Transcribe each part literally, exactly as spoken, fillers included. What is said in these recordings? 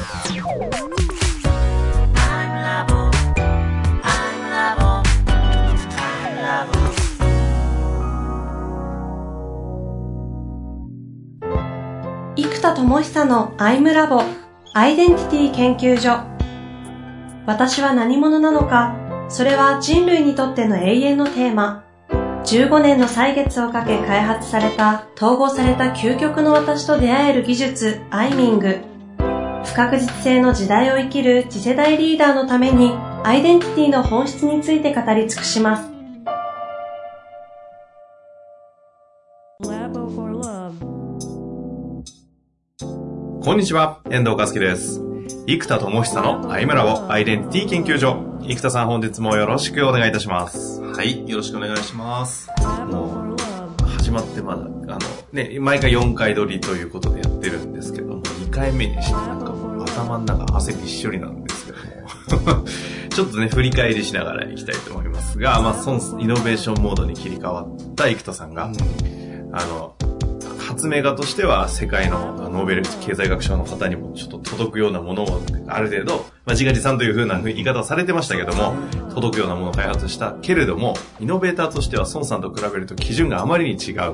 生田智久のアイムラボアイデンティティ研究所。私は何者なのか、それは人類にとっての永遠のテーマ。じゅうごねんの歳月をかけ開発された統合された究極の私と出会える技術アイミング。不確実性の時代を生きる次世代リーダーのためにアイデンティティの本質について語り尽くします。 こんにちは、遠藤和樹です。生田智久のアイムラボアイデンティティ研究所。生田さん、本日もよろしくお願いいたします。 はい、よろしくお願いします。 もう始まってまだあのね、毎回よんかい撮りということでやってるんですけども、にかいめにしてなんかもう頭の中汗びっしょりなんですけどもちょっとね、振り返りしながらいきたいと思いますが、まあそのイノベーションモードに切り替わった生田さんが、うん、あの発明家としては世界のノーベル経済学賞の方にもちょっと届くようなものをある程度、まあ、自画自賛という風な言い方をされてましたけども、届くようなものを開発したけれども、イノベーターとしては孫さんと比べると基準があまりに違う、うん、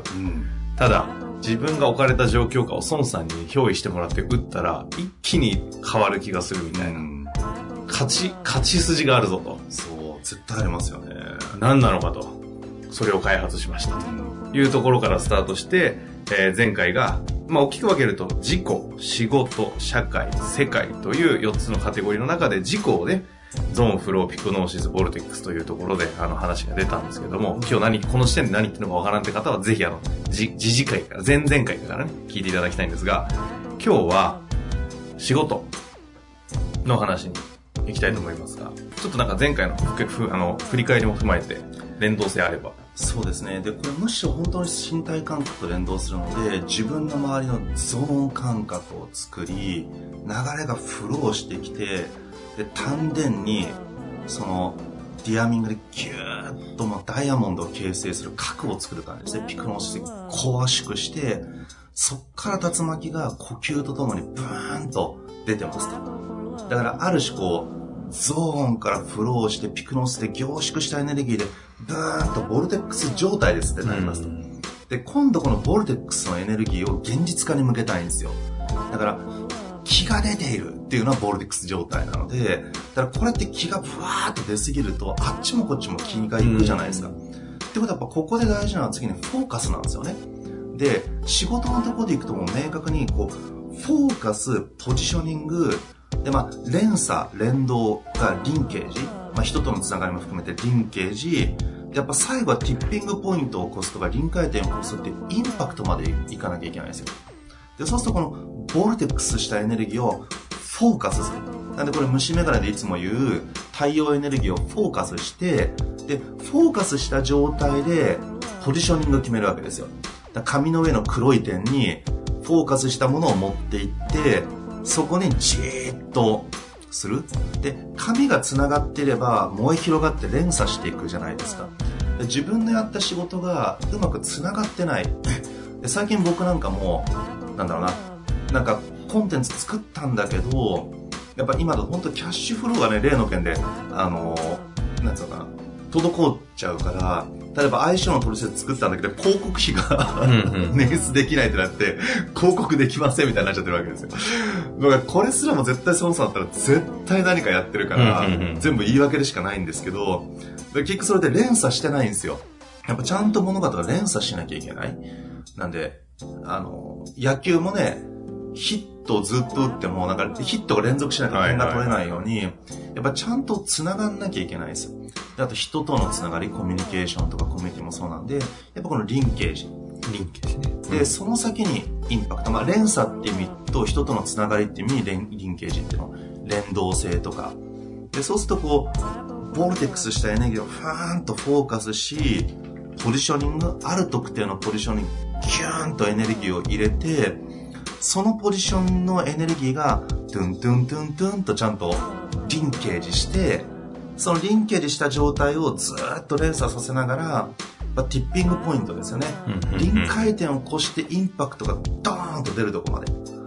ただ自分が置かれた状況下を孫さんに憑依してもらって打ったら一気に変わる気がするみたいな、うん、勝ち勝ち筋があるぞと。 そう絶対ありますよね。 何なのかと、それを開発しましたというところからスタートして、えー、前回が、まあ、大きく分けると自己、仕事、社会、世界というよっつのカテゴリーの中で自己をね、ゾーン、フロー、ピクノーシス、ボルテックスというところであの話が出たんですけども、今日何、この時点で何言ってるのかわからんって方はぜひあの、じ、次次回から、前々回からね、聞いていただきたいんですが、今日は仕事の話に行きたいと思いますが、ちょっとなんか前回のふふあの振り返りも踏まえて連動性あれば。 そうですね。で、これむしろ本当に身体感覚と連動するので、自分の周りのゾーン感覚を作り、流れがフローしてきて、で、丹田にそのディアミングでギューッともうダイヤモンドを形成する核を作る感じですね。ピクノーシスで小縮して、そっから竜巻が呼吸とともにブーンと出てますと。だからある種こうゾーンからフローしてピクノスで凝縮したエネルギーでブーンとボルテックス状態ですってなりますと、うん、で今度このボルテックスのエネルギーを現実化に向けたいんですよ。だから気が出ているっていうのはボルテックス状態なので、だからこれって気がブワーッと出すぎるとあっちもこっちも気がいくじゃないですか、うん、ってことはやっぱここで大事なのは次にフォーカスなんですよね。で仕事のところでいくともう明確にこうフォーカス、ポジショニングで、まあ、連鎖、連動がリンケージ、まあ、人とのつながりも含めてリンケージ、やっぱ最後はティッピングポイントを起こすとか、臨界点を起こすっていうインパクトまでいかなきゃいけないんですよ。で、そうするとこのボルテックスしたエネルギーをフォーカスする。なんでこれ虫眼鏡でいつも言う太陽エネルギーをフォーカスして、で、フォーカスした状態でポジショニングを決めるわけですよ。だから紙の上の黒い点にフォーカスしたものを持っていって、そこにじーっとする。で、紙がつながっていれば燃え広がって連鎖していくじゃないですか。で自分のやった仕事がうまくつながってない。で最近僕なんかもなんだろうな、なんかコンテンツ作ったんだけど、やっぱ今だと本当キャッシュフローがね、例の件であのなんつうのかな、滞っちゃうから、例えば相性の取説作ったんだけど広告費が捻出できないってなって広告できませんみたいになっちゃってるわけですよ。だからこれすらも絶対孫さんだったら絶対何かやってるから全部言い訳でしかないんですけど、結局それで連鎖してないんですよ。やっぱちゃんと物事が連鎖しなきゃいけない。なんであの野球もね、ヒットをずっと打ってもなんかヒットが連続しないと点が取れないように、やっぱちゃんと繋がんなきゃいけないですよ。であと人との繋がり、コミュニケーションとかコミュニティもそうなんで、やっぱこのリンケージリンケージね、 で、うん、その先にインパクト、まあ連鎖って意味と人との繋がりって意味にリン、リンケージっていうの連動性とかで、そうするとこうボルテックスしたエネルギーをファーンとフォーカスし、ポジショニング、ある特定のポジショニングギューンとエネルギーを入れて、そのポジションのエネルギーがトゥントゥントゥントゥンとちゃんとリンケージして、そのリンケージした状態をずっと連鎖させながら、ティッピングポイントですよね、うんうんうん、臨界点を越してインパクトがドーンと出るところまで、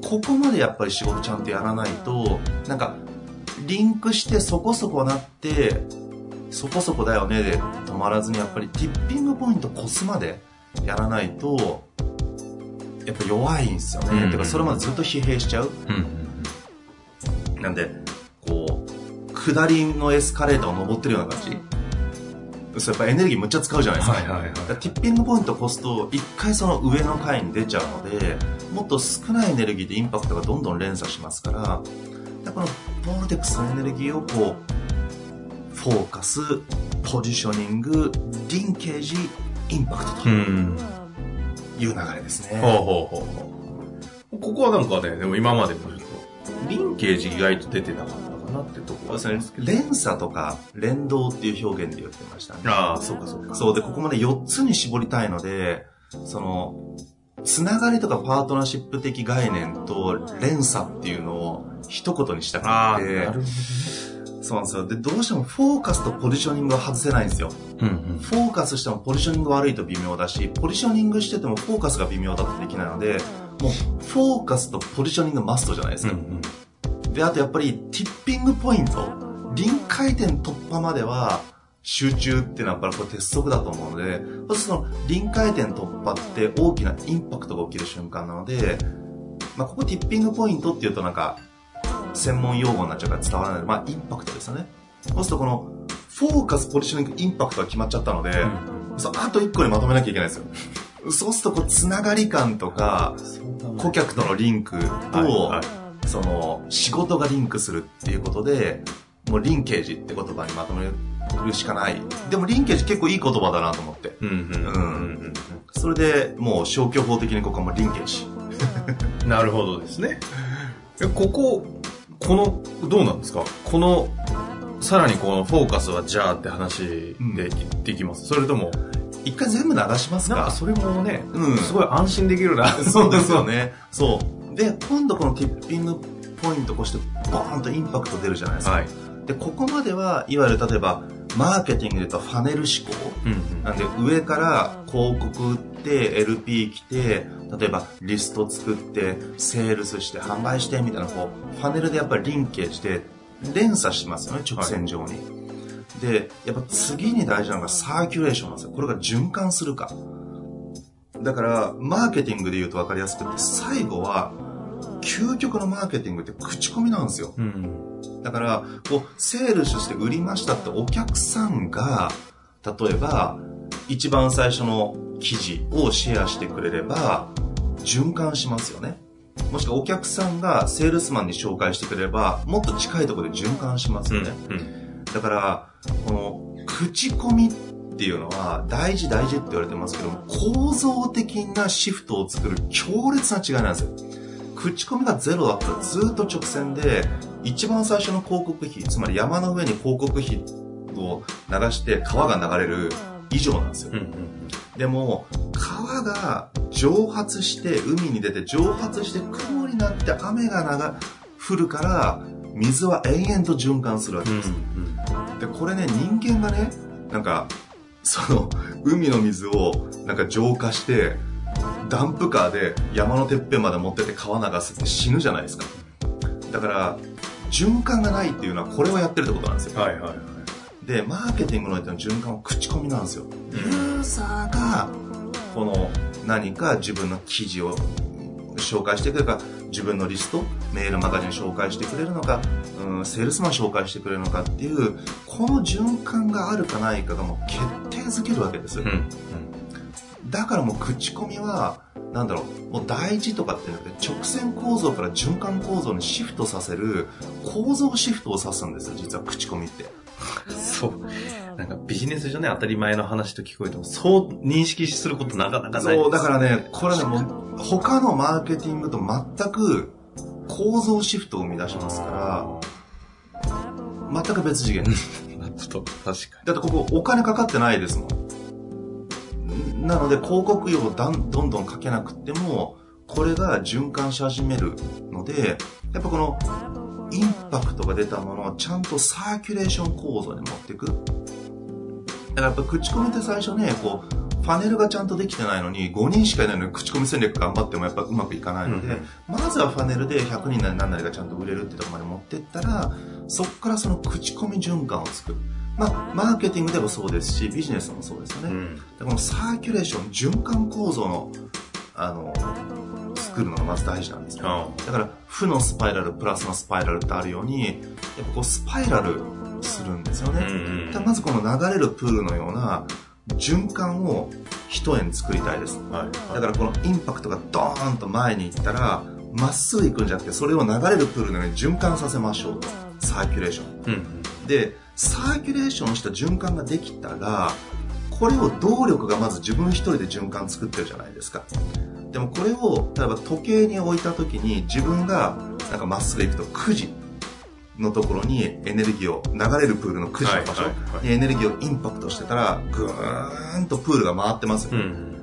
ここまでやっぱり仕事ちゃんとやらないと、なんかリンクしてそこそこなってそこそこだよねで止まらずに、やっぱりティッピングポイント越すまでやらないとやっぱ弱いんですよね、うん、てかそれまでずっと疲弊しちゃう、うん、なんでこう下りのエスカレーターを登ってるような感じ、そうやっぱエネルギーむっちゃ使うじゃないですか、はいはいはい、だからティッピングポイント越すと一回その上の階に出ちゃうので、もっと少ないエネルギーでインパクトがどんどん連鎖しますから、だからこのボルテックスのエネルギーをこうフォーカス、ポジショニング、リンケージ、インパクトという流れですね。 ほうほうほうほう。ここはなんかね、でも今までもちょっとリンケージ意外と出てなかったかなってところですね。 連鎖とか連動っていう表現で言ってましたね。 ああ、そうかそうか。 そうで、ここまでよっつに絞りたいので、そのつながりとかパートナーシップ的概念と連鎖っていうのを一言にしたくて、あ、なるほどね。そうなんですよ。で、どうしてもフォーカスとポジショニングは外せないんですよ。うんうん、フォーカスしてもポジショニング悪いと微妙だし、ポジショニングしててもフォーカスが微妙だとできないので、もうフォーカスとポジショニングマストじゃないですか。うんうん、で、あとやっぱりティッピングポイント、臨界点突破までは集中っていうのはやっぱりこれ鉄則だと思うので、その臨界点突破って大きなインパクトが起きる瞬間なので、まあ、ここティッピングポイントっていうとなんか専門用語になっちゃうから伝わらないので、まあインパクトですよね。そうするとこのフォーカス、ポジショニング、インパクトが決まっちゃったので、うん、そうあと一個にまとめなきゃいけないんですよ。そうするとこうつながり感とか、顧客とのリンクと、はいはい、その仕事がリンクするっていうことで、もうリンケージって言葉にまとめるしかない。でもリンケージ結構いい言葉だなと思って。うんうんうんうん、それでもう消去法的にここはもうリンケージ。 なるほどですね。こここのどうなんですか、このさらにこのフォーカスはじゃあって話で言っていきます、うん、それとも一回全部流しますか。 なんかそれもね、うん、すごい安心できるな。 そうですよね。そうで今度このティッピングポイントこしてボーンとインパクト出るじゃないですか、はい、でここまではいわゆる例えばマーケティングで言うとファネル思考、うんうん、なんで上から広告売って エルピー 来て、例えばリスト作ってセールスして販売してみたいな、こうファネルでやっぱりリンケージで連鎖しますよね、直線上に、はい、でやっぱ次に大事なのがサーキュレーションなんですよ。これが循環するか。だからマーケティングで言うと分かりやすくて、最後は究極のマーケティングって口コミなんですよ、うん、だからこうセールスして売りましたってお客さんが例えば一番最初の記事をシェアしてくれれば循環しますよね。もしくはお客さんがセールスマンに紹介してくれればもっと近いところで循環しますよね、うんうん、だからこの口コミっていうのは大事大事って言われてますけども、構造的なシフトを作る強烈な違いなんですよ。口コミがゼロだったらずっと直線で一番最初の広告費、つまり山の上に広告費を流して川が流れる以上なんですよ、うんうん、でも川が蒸発して海に出て蒸発して雲になって雨が流降るから水は延々と循環するわけです、うんうん、でこれね、人間がねなんかその海の水をなんか浄化してダンプカーで山のてっぺんまで持ってって川流すって死ぬじゃないですか。だから循環がないっていうのはこれをやってるってことなんですよ、はいはいはい、でマーケティングの循環は口コミなんですよ。ユーザーがこの何か自分の記事を紹介してくれるか、自分のリストメールマガジン紹介してくれるのか、うん、セールスマン紹介してくれるのかっていうこの循環があるかないかがもう決定づけるわけです、うんうん、だからもう口コミはなんだろう、もう大事とかっていうので直線構造から循環構造にシフトさせる構造シフトを指すんですよ、実は口コミって。 そう。なんかビジネス上ね、当たり前の話と聞こえてもそう認識することなかなかないです。 そう、だからね、これね、もう他のマーケティングと全く構造シフトを生み出しますから全く別次元です。 なるほど、確かに。 だってここお金かかってないですもん。なので広告料をどんどんかけなくてもこれが循環し始めるので、やっぱこのインパクトが出たものをちゃんとサーキュレーション構造に持っていく。だからやっぱ口コミって最初ね、こうファネルがちゃんとできてないのにごにんしかいないのに口コミ戦略頑張ってもやっぱうまくいかないので、うん、まずはファネルでひゃくにんなり何なりがちゃんと売れるってところまで持ってったら、そこからその口コミ循環を作る。まあ、マーケティングでもそうですし、ビジネスもそうですよね。うん、でこのサーキュレーション、循環構造の、あの、作るのがまず大事なんですよ。だから、負のスパイラル、プラスのスパイラルってあるように、やっぱこうスパイラルするんですよね。うん、だまずこの流れるプールのような循環を一円作りたいです。はいはい、だからこのインパクトがドーンと前に行ったら、まっすぐ行くんじゃなくて、それを流れるプールのように循環させましょうと。サーキュレーション。うん、で、サーキュレーションした循環ができたら、これを動力がまず自分一人で循環作ってるじゃないですか。でもこれを例えば時計に置いた時に自分がなんかまっすぐ行くとくじのところにエネルギーを流れるプールのくじの場所にエネルギーをインパクトしてたらぐーんとプールが回ってますよ、うん、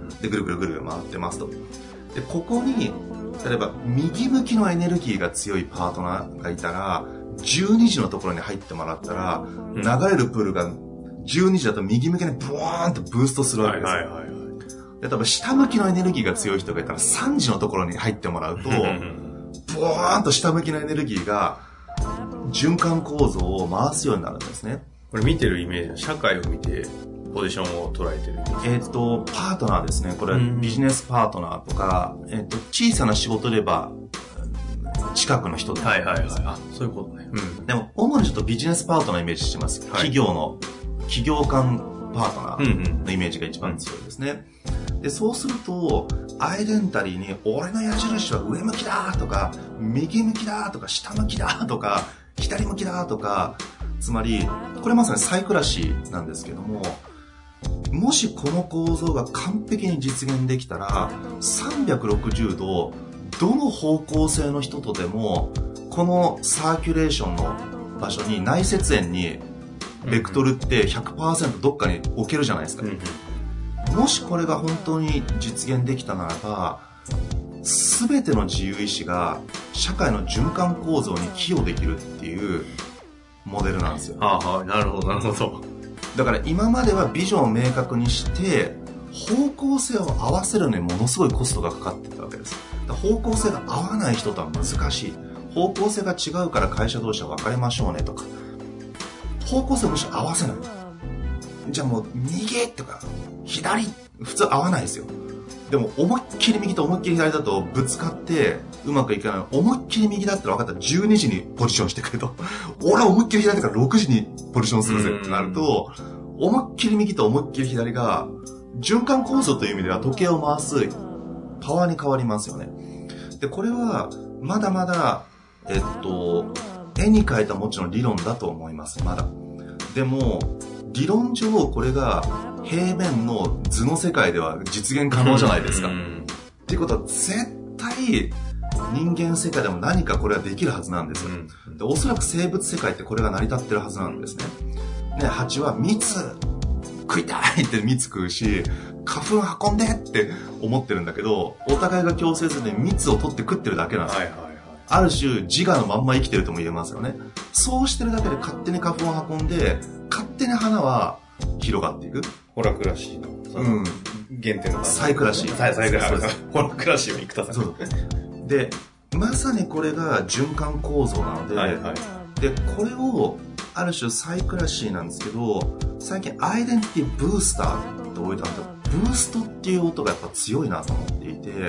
でぐるぐるぐるぐる回ってますと。でここに例えば右向きのエネルギーが強いパートナーがいたらじゅうにじのところに入ってもらったら、うん、流れるプールがじゅうにじだと右向きにブワーンとブーストするわけですよ、はいはいはいはい。で多分下向きのエネルギーが強い人がいたらさんじのところに入ってもらうとブワーンと下向きのエネルギーが循環構造を回すようになるんですね。 これ見てるイメージは社会を見てポジションを捉えてる。 えっとパートナーですね。これはビジネスパートナーとか、えっと小さな仕事で言えば近くの人で、 はいはいはい、あ、そういうことね。 うん、でも主にちょっとビジネスパートナーイメージしてます。はい、企業の企業間パートナーのイメージが一番強いですね。うんうん、でそうするとアイデンタリーに俺の矢印は上向きだとか右向きだとか下向きだとか左向きだとか、つまりこれまさにサイクラシーなんですけども、もしこの構造が完璧に実現できたらさんびゃくろくじゅうどどの方向性の人とでもこのサーキュレーションの場所に内接円にベクトルって ひゃくパーセント どっかに置けるじゃないですか。うん、もしこれが本当に実現できたならば全ての自由意志が社会の循環構造に寄与できるっていうモデルなんですよ。 はあはあ、なるほどなるほど。 だから今まではビジョンを明確にして方向性を合わせるのにものすごいコストがかかってたわけです。だから方向性が合わない人とは難しい。方向性が違うから会社同士は別れましょうねとか、方向性をむしろ合わせない。じゃあもう右とか左普通合わないですよ。でも思いっきり右と思いっきり左だとぶつかってうまくいかない。思いっきり右だったら分かったらじゅうにじにポジションしてくれと、俺は思いっきり左だからろくじにポジションするぜってなると、思いっきり右と思いっきり左が循環構造という意味では時計を回すパワーに変わりますよね。でこれはまだまだえっと絵に描いたもちろん理論だと思います。まだでも理論上これが平面の図の世界では実現可能じゃないですか。っていうことは絶対人間世界でも何かこれはできるはずなんですよ。でおそらく生物世界ってこれが成り立ってるはずなんですね。ね、蜂は蜜食いたいって蜜食うし花粉運んでって思ってるんだけど、お互いが強制せずに蜜を取って食ってるだけなんですよ。はいはいはい、ある種自我のまんま生きてるとも言えますよね。そうしてるだけで勝手に花粉を運んで勝手に花は広がっていく。 ホラクラシーの、うん、原点のサイクラシー。 サイクラシー。ホラクラシーを生田さん。そうで、まさにこれが循環構造なので、はいはい、でこれをある種サイクラシーなんですけど、最近アイデンティティブースターって置いたんだけど、ブーストっていう音がやっぱ強いなと思っていて、うん、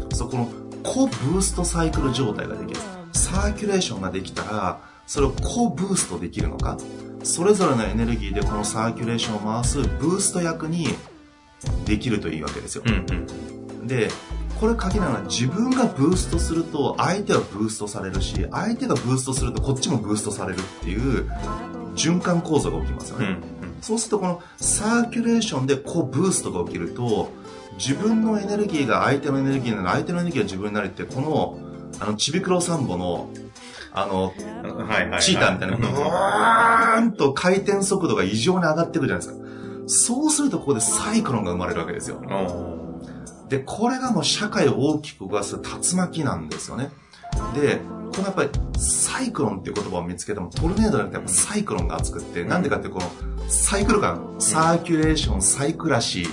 そこのコブーストサイクル状態ができる。サーキュレーションができたらそれをコブーストできるのか、それぞれのエネルギーでこのサーキュレーションを回すブースト役にできるといいわけですよ。うんうん、でこれ鍵なのは自分がブーストすると相手はブーストされるし、相手がブーストするとこっちもブーストされるっていう循環構造が起きますよね。うんうん、そうするとこのサーキュレーションでこうブーストが起きると自分のエネルギーが相手のエネルギーになる、相手のエネルギーが自分になるって、このあのちびくろサンボのあの、はいはいはい、チーターみたいなブワーンと回転速度が異常に上がっていくじゃないですか。そうするとここでサイクロンが生まれるわけですよ。でこれがもう社会を大きく動かす竜巻なんですよね。でこのやっぱりサイクロンっていう言葉を見つけてもトルネードじゃなくてやっぱサイクロンが熱くって、なんでかってこのサイクル感、サーキュレーション、サイクラシー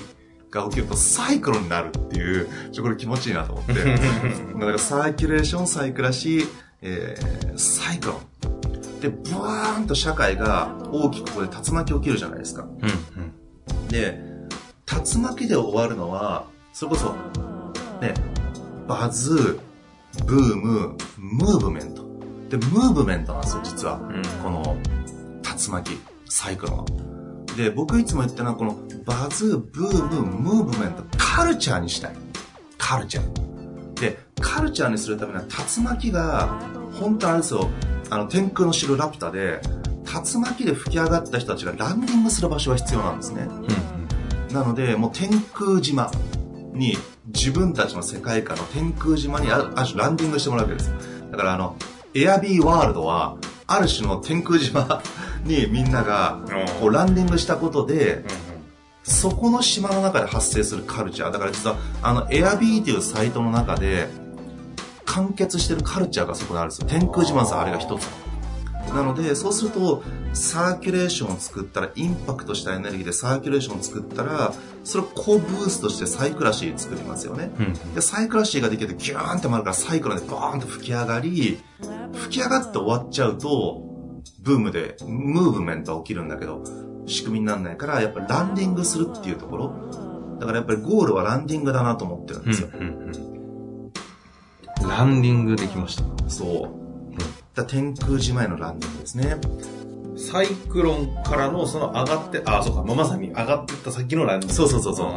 が起きるとサイクロンになるっていう、ちょこれ気持ちいいなと思って。だからサーキュレーションサイクらしい、えー、サイクロン。で、ブワーンと社会が大きくここで竜巻起きるじゃないですか。うんうん、で、竜巻で終わるのは、それこそ、ね、バズ、ブーム、ムーブメント。で、ムーブメントなんですよ、実は。うん、この竜巻、サイクロンは。で、僕いつも言ってるのは、このバズ、ブーム、ムーブメント、カルチャーにしたい。カルチャー。で、カルチャーにするためには、竜巻が、本当あれですよ、あの、天空の城ラピュタで、竜巻で吹き上がった人たちがランディングする場所が必要なんですね。うん、なので、もう天空島に、自分たちの世界観の天空島にある種ランディングしてもらうわけです。だからあの、エアビーワールドは、ある種の天空島にみんながこうランディングしたことで、そこの島の中で発生するカルチャー。だから実は、あの、エアビーというサイトの中で、完結してるカルチャーがそこにあるんですよ。天空島さんあれが一つ。なので、そうすると、サーキュレーションを作ったら、インパクトしたエネルギーでサーキュレーションを作ったら、それをコーブーストしてサイクラシー作りますよね。うん、で、サイクラシーができるとギューンって回るからサイクロンでボーンと吹き上がり、吹き上がって終わっちゃうと、ブームでムーブメントは起きるんだけど、仕組みにならないから、やっぱりランディングするっていうところ。だからやっぱりゴールはランディングだなと思ってるんですよ。うんうんうん、ランディングできました。 そう。だ天空島へのランディングですね。 サイクロンからのその上がって、あ、そうか、まさに上がっていった先のランディング。 そうそうそうそう。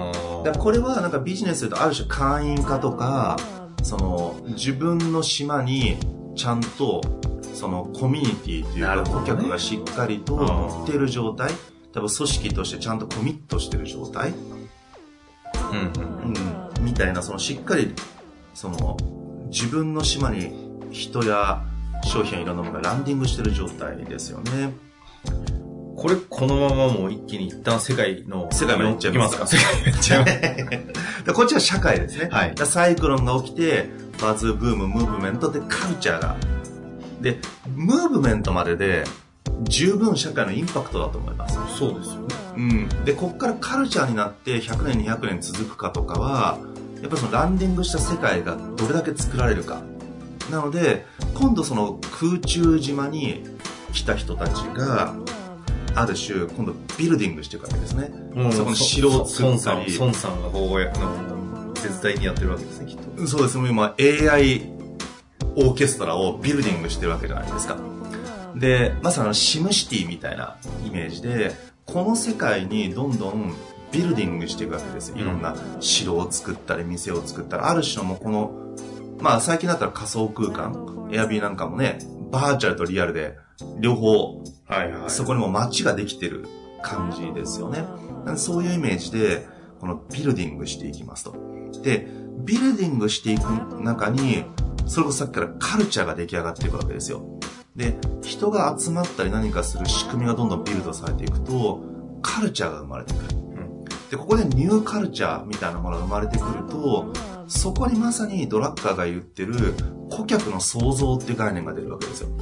だからこれはなんかビジネスで言うとある種会員化とか、その自分の島にちゃんとそのコミュニティというか顧客がしっかりと乗っている状態、多分組織としてちゃんとコミットしている状態、うんうんうん、みたいなそのしっかりその自分の島に人や商品やいろんなものがランディングしている状態ですよね。 これこのままもう一気に一旦世界の世界まで行っちゃいますか。 世界まで行っちゃいますこっちは社会ですね。 はい、 だサイクロンが起きてバズブームムーブメントでカルチャーがでムーブメントまでで十分社会のインパクトだと思います。 そうですよね。 うん。でこっからカルチャーになってひゃくねんにひゃくねん続くかとかはやっぱりそのランディングした世界がどれだけ作られるか。なので今度その空中島に来た人たちがある種今度ビルディングしていくわけですね。 うん、 そこに城を作ったり、 孫さんがこうやの絶対にやってるわけですね、きっと。 そうですね。今 エーアイ オーケストラをビルディングしてるわけじゃないですか。で、まさにシムシティみたいなイメージで、この世界にどんどんビルディングしていくわけですよ。いろんな城を作ったり店を作ったり、ある種のもうこのまあ最近だったら仮想空間、エアビーなんかもね、バーチャルとリアルで両方、はいはい、そこにも街ができてる感じですよね。そういうイメージで、このビルディングしていきますと。で、ビルディングしていく中に、それこそさっきからカルチャーが出来上がっていくわけですよ。で、人が集まったり何かする仕組みがどんどんビルドされていくと、カルチャーが生まれてくる。うん、で、ここでニューカルチャーみたいなものが生まれてくると、そこにまさにドラッカーが言ってる顧客の創造っていう概念が出るわけですよ。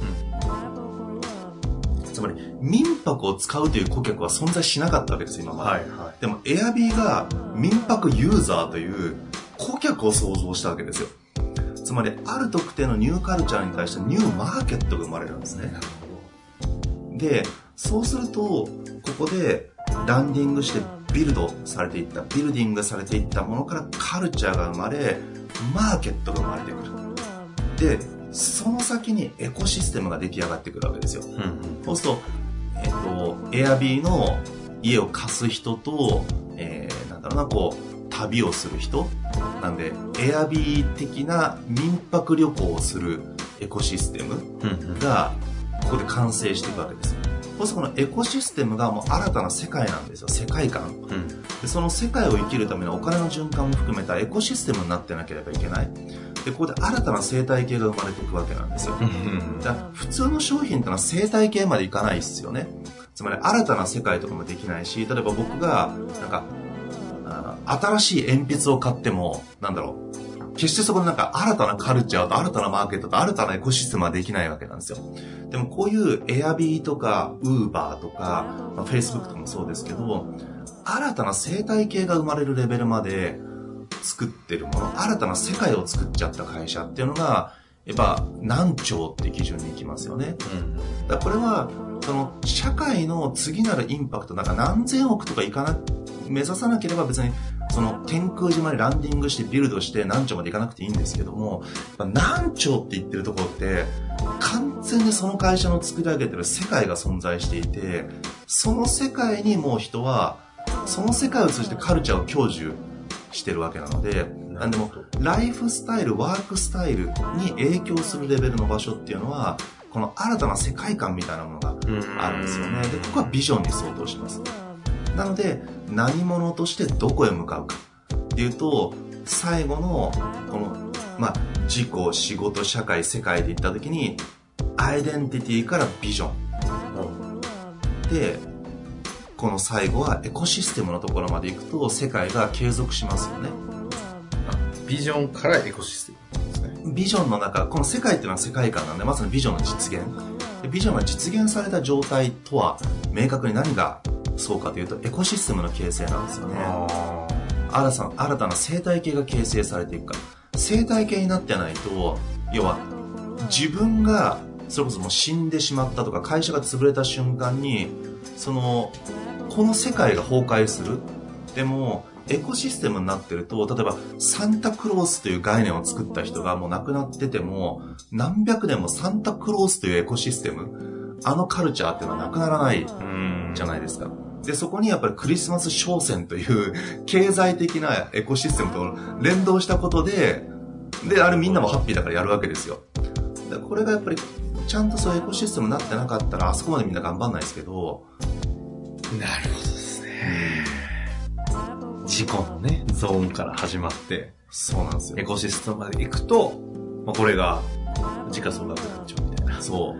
うん、つまり民泊を使うという顧客は存在しなかったわけです今まで。はいはい、でもエアビーが民泊ユーザーという顧客を創造したわけですよ。つまりある特定のニューカルチャーに対してニューマーケットが生まれるんですね。で、そうするとここでランディングしてビルドされていったビルディングされていったものからカルチャーが生まれマーケットが生まれてくる。でその先にエコシステムが出来上がってくるわけですよ。うんうん、そうすると、えっと、エアビーの家を貸す人と、えー、なんだろうなこう旅をする人なんでエアビー的な民泊旅行をするエコシステムがここで完成していくわけですよ。そうするとこのエコシステムがもう新たな世界なんですよ。世界観、うん、でその世界を生きるためのお金の循環も含めたエコシステムになってなければいけない。でここで新たな生態系が生まれていくわけなんですよ。だから普通の商品ってのは生態系までいかないですよね。つまり新たな世界とかもできないし、例えば僕がなんかあ新しい鉛筆を買ってもなんだろう決してそこでなんか新たなカルチャーと新たなマーケットと新たなエコシステムはできないわけなんですよ。でもこういうエアビーとかウーバーとか、まあ、Facebook とかもそうですけど、新たな生態系が生まれるレベルまで作ってるもの、新たな世界を作っちゃった会社っていうのがやっぱ何兆って基準にいきますよね。うん、だからこれはその社会の次なるインパクトなんか何千億とかいかな目指さなければ別にその天空島にランディングしてビルドして何兆までいかなくていいんですけども、やっぱ何兆って言ってるところって完全にその会社の作り上げてる世界が存在していて、その世界にもう人はその世界を通じてカルチャーを享受してるわけなので、なんでもライフスタイル、ワークスタイルに影響するレベルの場所っていうのはこの新たな世界観みたいなものがあるんですよね。で、ここはビジョンに相当します。なので何者としてどこへ向かうかっていうと、最後のこの、まあ、自己、仕事、社会、世界でいった時にアイデンティティからビジョンで、この最後はエコシステムのところまで行くと世界が継続しますよね。 ビジョンからエコシステムですね。 ビジョンの中、この世界っていうのは世界観なんで、まさにビジョンの実現で、ビジョンが実現された状態とは明確に何がそうかというとエコシステムの形成なんですよね。新たな、新たな生態系が形成されていくか。生態系になってないと、要は自分がそれこそもう死んでしまったとか会社が潰れた瞬間にそのこの世界が崩壊する。でもエコシステムになってると、例えばサンタクロースという概念を作った人がもう亡くなってても何百年もサンタクロースというエコシステム、あのカルチャーっていうのはなくならないじゃないですか。で、そこにやっぱりクリスマス商戦という経済的なエコシステムと連動したことで、で、あれみんなもハッピーだからやるわけですよ。だからこれがやっぱりちゃんとそういうエコシステムになってなかったらあそこまでみんな頑張んないですけど。 なるほどですね。自己のね、ゾーンから始まって、 そうなんですよ。 エコシステムまで行くと、まあ、これが時価総額団長みたいな。 そう。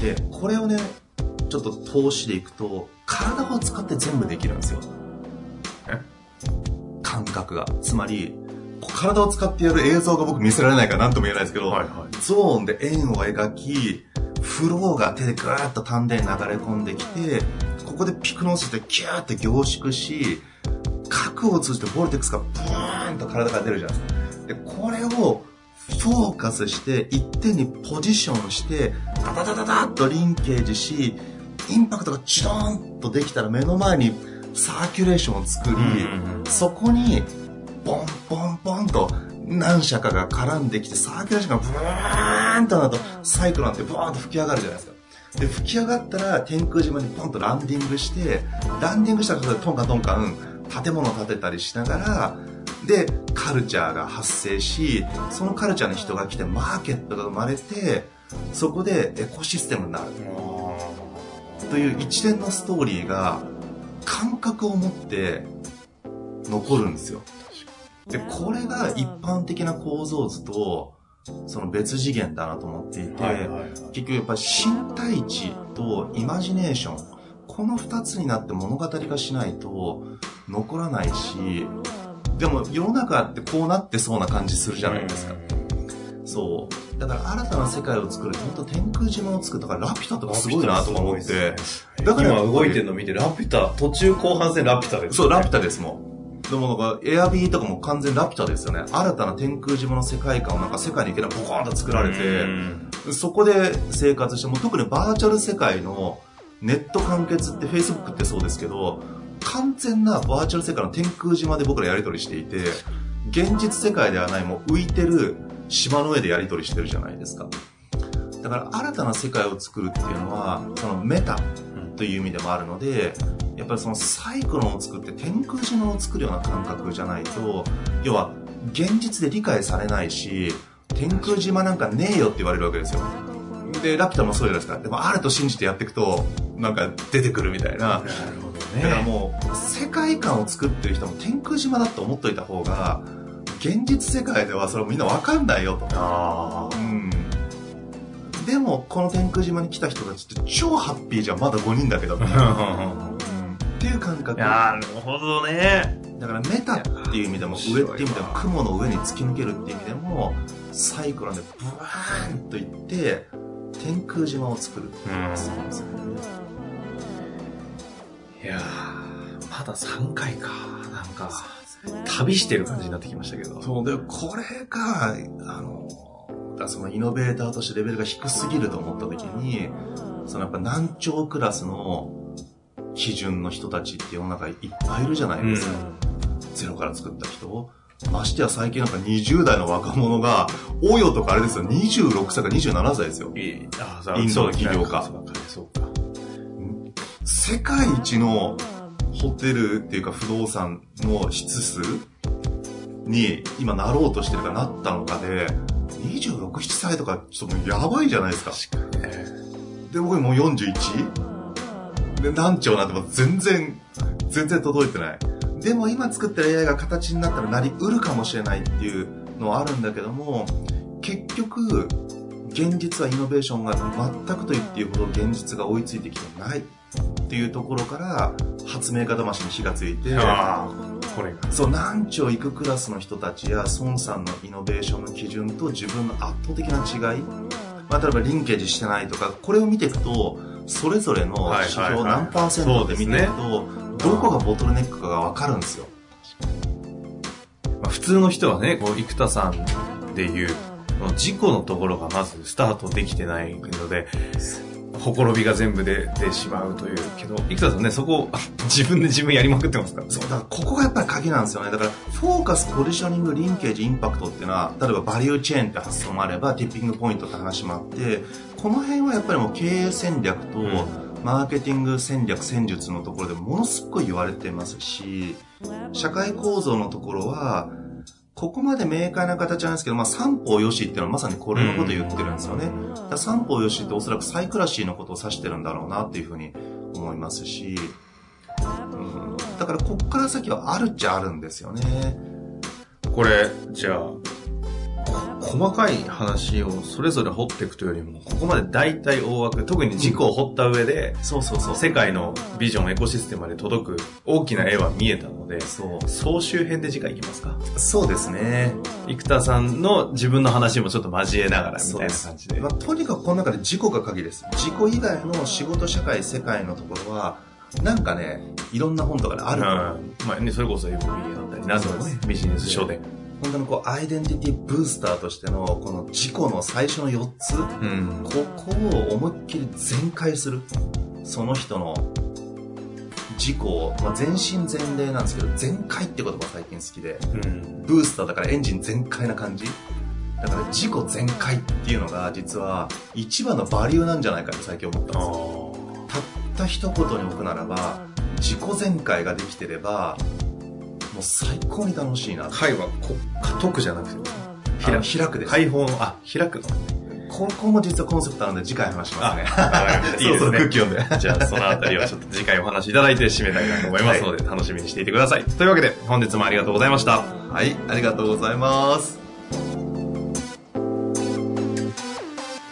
で、これをね、ちょっと投資でいくと、体を使って全部できるんですよ。 え？ 感覚が。つまり、体を使ってやる映像が僕見せられないから何とも言えないですけど、はいはい、ゾーンで円を描き、フローが手でグーッと丹田に流れ込んできて、ここでピクノスしてキューって凝縮し、核を通じてボルテックスがブーンと体から出るじゃないですか。で、これをフォーカスして一点にポジションしてダダダダダッとリンケージし、インパクトがチドーンとできたら目の前にサーキュレーションを作り、うんうん、そこにボンボンボンと何社かが絡んできてサーキュレーションがブーンとなるとサイクロンってブーンと吹き上がるじゃないですか。で、吹き上がったら天空島にポンとランディングして、ランディングしたらトンカントンカン建物を建てたりしながら、でカルチャーが発生し、そのカルチャーに人が来てマーケットが生まれて、そこでエコシステムになるという一連のストーリーが感覚を持って残るんですよ。で、これが一般的な構造図とその別次元だなと思っていて、はいはいはい、結局やっぱり身体値とイマジネーション、この二つになって物語化しないと残らないし、でも世の中ってこうなってそうな感じするじゃないですか。そう。だから新たな世界を作るって本当天空島を作るとかラピュタとかすごいなとか思って。 だから今動いてるの見てラピュタ、途中後半戦ラピュタです、ね。 そう、ラピュタですもん。でもなんかエアビーとかも完全ラピュタですよね。新たな天空島の世界観をなんか世界に行けばボコーンと作られて、そこで生活して、もう特にバーチャル世界のネット完結って Facebook ってそうですけど、完全なバーチャル世界の天空島で僕らやり取りしていて、現実世界ではないもう浮いてる島の上でやり取りしてるじゃないですか。だから新たな世界を作るっていうのはそのメタという意味でもあるので、やっぱりそのサイクロンを作って天空島を作るような感覚じゃないと、要は現実で理解されないし、天空島なんかねえよって言われるわけですよ。でラピュタもそうじゃないですか。でもあると信じてやっていくとなんか出てくるみたいな。なるほどね。だからもう世界観を作ってる人も天空島だと思っといた方が、現実世界ではそれみんな分かんないよと。あ、うん、でもこの天空島に来た人たちって超ハッピーじゃん、まだごにんだけどっていう感覚。 なるほどね。 だからメタっていう意味でも上っていう意味でも雲の上に突き抜けるっていう意味でもサイクロンでブワーンといって天空島を作るっていうのがすごいですよね。 いやーまださんかいか。なんか旅してる感じになってきましたけど。 そうでこれがあのそのイノベーターとしてレベルが低すぎると思った時にそのやっぱ難聴クラスの基準の人たちって世の中いっぱいいるじゃないですか、うん、ゼロから作った人ましてや最近なんかにじゅう代の若者がオヨとかあれですよにじゅうろくさいかにじゅうななさいですよ。いいあインドの起業家そうか世界一のホテルっていうか不動産の室数に今なろうとしてるかなったのかでにじゅうろく、ななさいとかちょっともうやばいじゃないですか。確かにね。で僕もうよんじゅういちで難聴なんても全然全然届いてない。でも今作ってる エーアイ が形になったらなりうるかもしれないっていうのはあるんだけども結局現実はイノベーションが全くと言っていうほど現実が追いついてきてないっていうところから発明家魂に火がついてあこれそう難聴行くクラスの人たちや孫さんのイノベーションの基準と自分の圧倒的な違い、まあ、例えばリンケージしてないとかこれを見ていくとそれぞれの指標何パーセントで見ていくとどこがボトルネックかが分かるんですよ。 まあ、普通の人はねこう生田さんでいう事故のところがまずスタートできてないのでほころびが全部出てしまうというけど生田さんねそこを自分で自分やりまくってますから。 そうだからここがやっぱり鍵なんですよね。だからフォーカスポジショニングリンケージインパクトっていうのは例えばバリューチェーンって発想もあればティッピングポイントって話もあってこの辺はやっぱりもう経営戦略とマーケティング戦略戦術のところでものすごい言われてますし社会構造のところはここまで明快な形なんですけど、まあ、三方よしっていうのはまさにこれのことを言ってるんですよね。だから三方よしっておそらくサイクラシーのことを指してるんだろうなっていうふうに思いますし、うん、だからこっから先はあるっちゃあるんですよね。 これじゃあ細かい話をそれぞれ掘っていくというよりもここまで大体大枠特に軸を掘った上で、うん、そうそうそう世界のビジョンエコシステムまで届く大きな絵は見えたのでそう総集編で次回いきますか。 そうですね。 生田さんの自分の話もちょっと交えながらみたいな感じで、 まあ、とにかくこの中で自己が鍵です。自己以外の仕事社会世界のところはなんかねいろんな本とかである、 うんまあね、それこそ エフビーエー だったり謎の、ね、ビジネス書で本当にこうアイデンティティブースターとしてのこの自己の最初のよっつ、うん、ここを思いっきり全開するその人の自己を、まあ、全身全霊なんですけど全開って言葉最近好きで、うん、ブースターだからエンジン全開な感じだから自己全開っていうのが実は一番のバリューなんじゃないかって最近思ったんですよ。たった一言に置くならば自己全開ができてればもう最高に楽しいな。 開はこ解くじゃなくて開開くです。 開放のあ開くのここも実はコンセプトなので次回話しますね。 いいですね。 そうそう空気読んで。 じゃあそのあたりはちょっと次回お話しいただいて締めたいなと思いますので、はい、楽しみにしていてください。というわけで本日もありがとうございました。 はい、ありがとうございます。